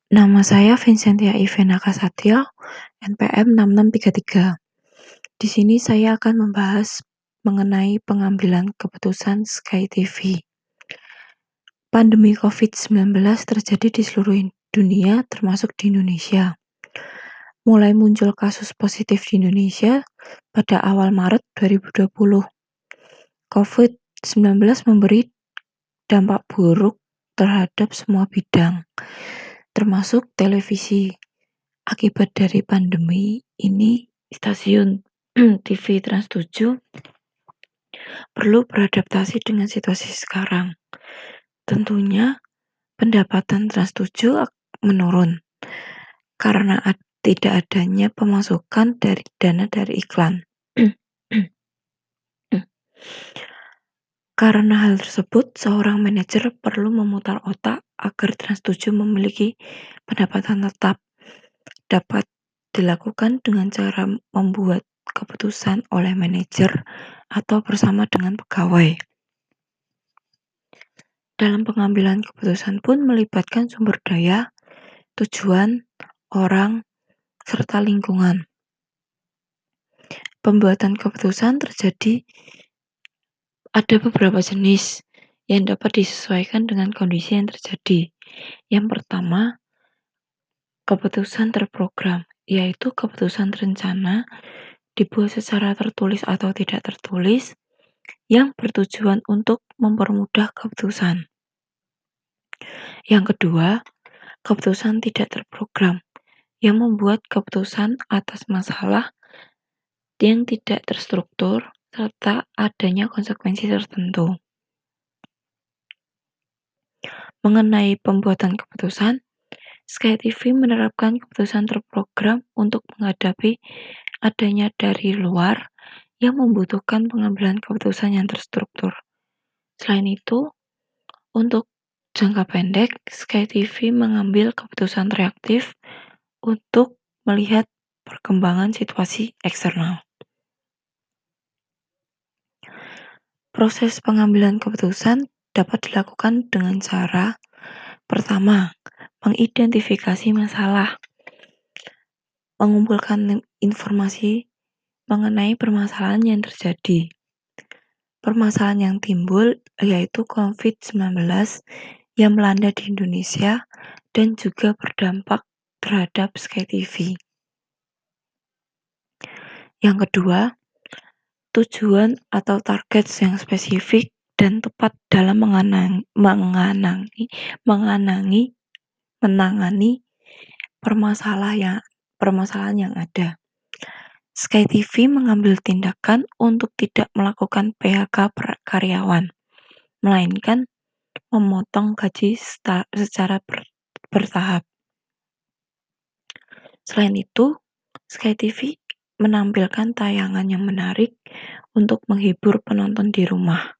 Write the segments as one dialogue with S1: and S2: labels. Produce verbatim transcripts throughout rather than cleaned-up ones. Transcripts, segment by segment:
S1: Nama saya Vincentia Ivena Kasatyo, N P M enam enam tiga tiga. Di sini saya akan membahas mengenai pengambilan keputusan Sky T V. Pandemi covid sembilan belas terjadi di seluruh dunia, termasuk di Indonesia. Mulai muncul kasus positif di Indonesia pada awal Maret dua ribu dua puluh. covid sembilan belas memberi dampak buruk terhadap semua bidang, termasuk televisi. Akibat dari pandemi ini, stasiun T V Trans tujuh perlu beradaptasi dengan situasi sekarang. Tentunya, pendapatan Trans tujuh menurun karena ad- tidak adanya pemasukan dari dana dari iklan. Karena hal tersebut, seorang manajer perlu memutar otak agar Trans tujuh memiliki pendapatan tetap. Dapat dilakukan dengan cara membuat keputusan oleh manajer atau bersama dengan pegawai. Dalam pengambilan keputusan pun melibatkan sumber daya, tujuan, orang, serta lingkungan. Pembuatan keputusan terjadi ada beberapa jenis yang dapat disesuaikan dengan kondisi yang terjadi. Yang pertama, keputusan terprogram, yaitu keputusan terencana dibuat secara tertulis atau tidak tertulis yang bertujuan untuk mempermudah keputusan. Yang kedua, keputusan tidak terprogram yang membuat keputusan atas masalah yang tidak terstruktur serta adanya konsekuensi tertentu. Mengenai pembuatan keputusan, Sky T V menerapkan keputusan terprogram untuk menghadapi adanya dari luar yang membutuhkan pengambilan keputusan yang terstruktur. Selain itu, untuk jangka pendek, Sky T V mengambil keputusan reaktif untuk melihat perkembangan situasi eksternal. Proses pengambilan keputusan dapat dilakukan dengan cara pertama, mengidentifikasi masalah, mengumpulkan informasi mengenai permasalahan yang terjadi. Permasalahan yang timbul yaitu covid sembilan belas yang melanda di Indonesia dan juga berdampak terhadap Sky T V. Yang kedua, tujuan atau target yang spesifik dan tepat dalam mengenang, mengenangi, mengenangi, menangani permasalahan yang, permasalahan yang ada. Sky T V mengambil tindakan untuk tidak melakukan P H K karyawan, melainkan memotong gaji secara ber, bertahap. Selain itu, Sky T V menampilkan tayangan yang menarik untuk menghibur penonton di rumah.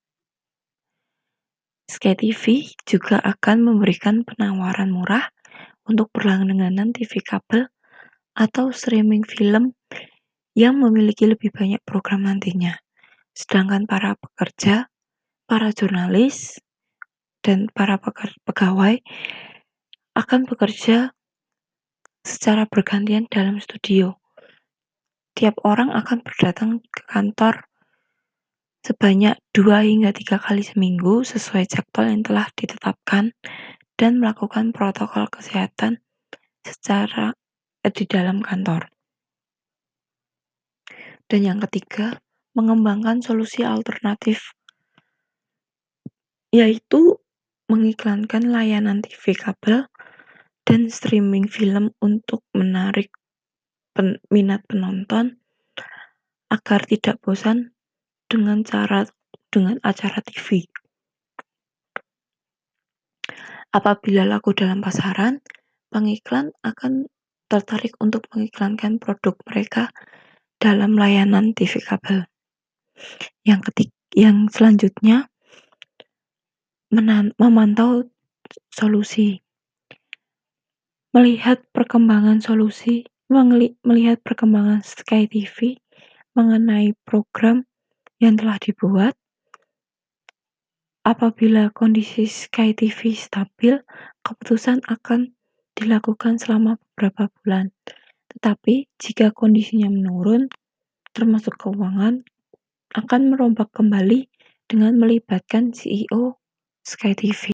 S1: Sky T V juga akan memberikan penawaran murah untuk berlangganan T V kabel atau streaming film yang memiliki lebih banyak program nantinya. Sedangkan para pekerja, para jurnalis, dan para pegawai akan bekerja secara bergantian dalam studio. Tiap orang akan berdatang ke kantor sebanyak dua hingga tiga kali seminggu sesuai jadwal yang telah ditetapkan dan melakukan protokol kesehatan secara eh, di dalam kantor. Dan yang ketiga, mengembangkan solusi alternatif, yaitu mengiklankan layanan T V kabel dan streaming film untuk menarik pen, minat penonton agar tidak bosan dengan cara dengan acara T V. Apabila laku dalam pasaran, pengiklan akan tertarik untuk mengiklankan produk mereka dalam layanan T V kabel. Yang ketiga, yang selanjutnya menan, memantau solusi, melihat perkembangan solusi, melihat perkembangan Sky T V mengenai program yang telah dibuat. Apabila kondisi Sky T V stabil, keputusan akan dilakukan selama beberapa bulan. Tetapi jika kondisinya menurun, termasuk keuangan, akan merombak kembali dengan melibatkan C E O Sky T V.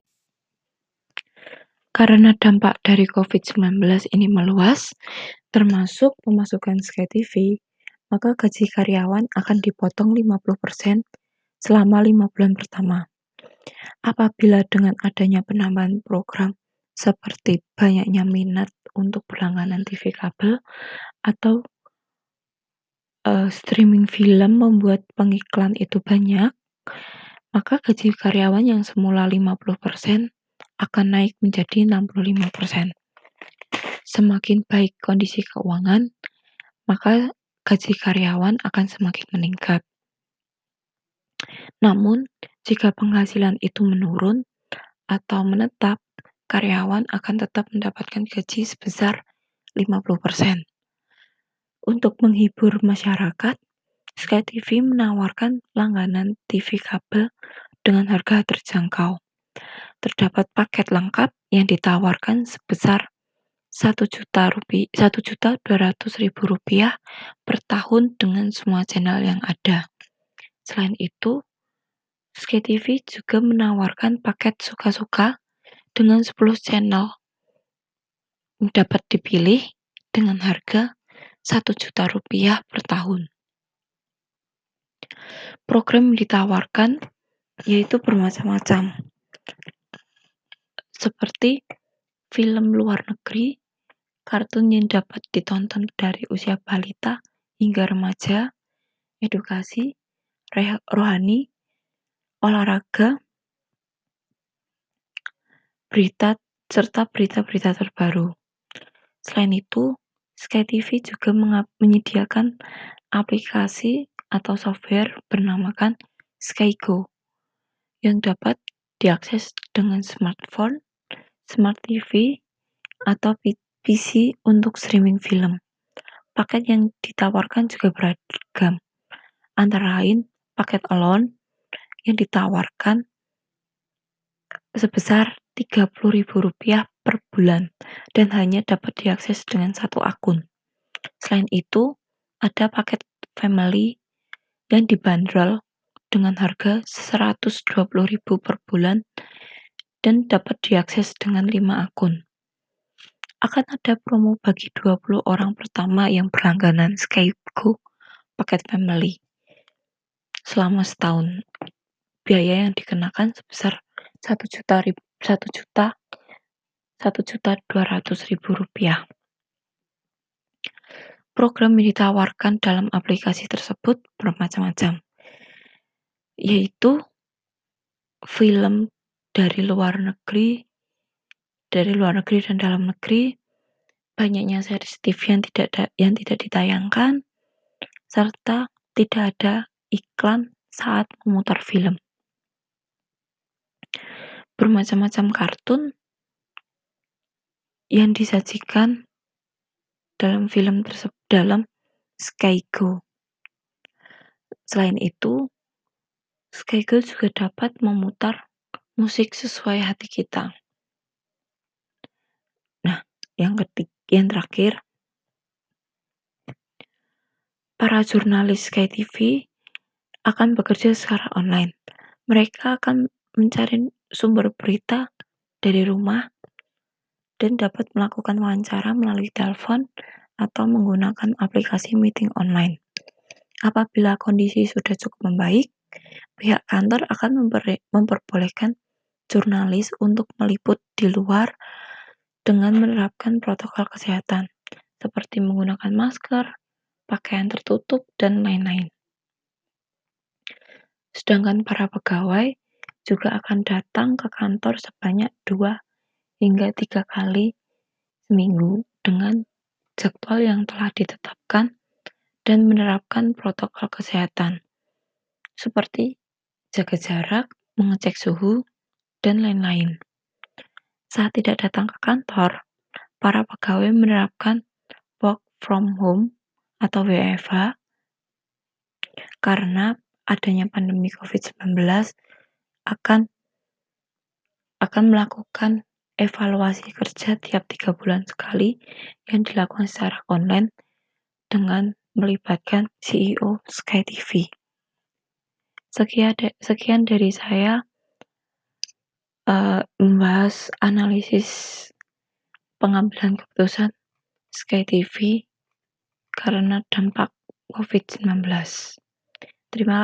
S1: Karena dampak dari covid sembilan belas ini meluas, termasuk pemasukan Sky T V, maka gaji karyawan akan dipotong lima puluh persen selama lima bulan pertama. Apabila dengan adanya penambahan program seperti banyaknya minat untuk berlangganan T V kabel atau uh, streaming film membuat pengiklan itu banyak, maka gaji karyawan yang semula lima puluh persen akan naik menjadi enam puluh lima persen. Semakin baik kondisi keuangan, maka gaji karyawan akan semakin meningkat. Namun, jika penghasilan itu menurun atau menetap, karyawan akan tetap mendapatkan gaji sebesar lima puluh persen. Untuk menghibur masyarakat, Sky T V menawarkan langganan T V kabel dengan harga terjangkau. Terdapat paket lengkap yang ditawarkan sebesar satu juta rupiah, satu juta dua ratus ribu rupiah per tahun dengan semua channel yang ada. Selain itu, Sky T V juga menawarkan paket suka-suka dengan sepuluh channel yang dapat dipilih dengan harga satu juta rupiah per tahun. Program yang ditawarkan yaitu bermacam-macam, seperti film luar negeri, kartun yang dapat ditonton dari usia balita hingga remaja, edukasi, rohani, olahraga, berita, serta berita-berita terbaru. Selain itu, Sky T V juga menyediakan aplikasi atau software bernamakan SkyGo yang dapat diakses dengan smartphone, smart T V, atau P C untuk streaming film. Paket yang ditawarkan juga beragam, antara lain paket alone yang ditawarkan sebesar tiga puluh ribu rupiah per bulan dan hanya dapat diakses dengan satu akun. Selain itu, ada paket family yang dibanderol dengan harga seratus dua puluh ribu per bulan dan dapat diakses dengan lima akun. Akan ada promo bagi dua puluh orang pertama yang berlangganan SkyGo paket family selama setahun. Biaya yang dikenakan sebesar satu juta satu juta satu juta dua ratus ribu rupiah. Program yang ditawarkan dalam aplikasi tersebut bermacam-macam, yaitu film dari luar negeri, dari luar negeri dan dalam negeri, banyaknya series T V yang tidak da, yang tidak ditayangkan, serta tidak ada iklan saat memutar film. Bermacam-macam kartun yang disajikan dalam film tersebut dalam SkyGo. Selain itu, SkyGo juga dapat memutar musik sesuai hati kita. Nah, yang ketiga, yang terakhir, para jurnalis Sky T V akan bekerja secara online. Mereka akan mencari sumber berita dari rumah dan dapat melakukan wawancara melalui telepon atau menggunakan aplikasi meeting online. Apabila kondisi sudah cukup membaik, pihak kantor akan memperbolehkan jurnalis untuk meliput di luar dengan menerapkan protokol kesehatan seperti menggunakan masker, pakaian tertutup, dan lain-lain. Sedangkan para pegawai juga akan datang ke kantor sebanyak dua hingga tiga kali seminggu dengan jadwal yang telah ditetapkan dan menerapkan protokol kesehatan seperti jaga jarak, mengecek suhu, dan lain-lain. Saat tidak datang ke kantor, para pegawai menerapkan work from home atau W F H karena adanya pandemi covid sembilan belas akan akan melakukan evaluasi kerja tiap tiga bulan sekali yang dilakukan secara online dengan melibatkan C E O Sky T V. Sekian, sekian dari saya uh, membahas analisis pengambilan keputusan Sky T V karena dampak covid sembilan belas. Terima kasih.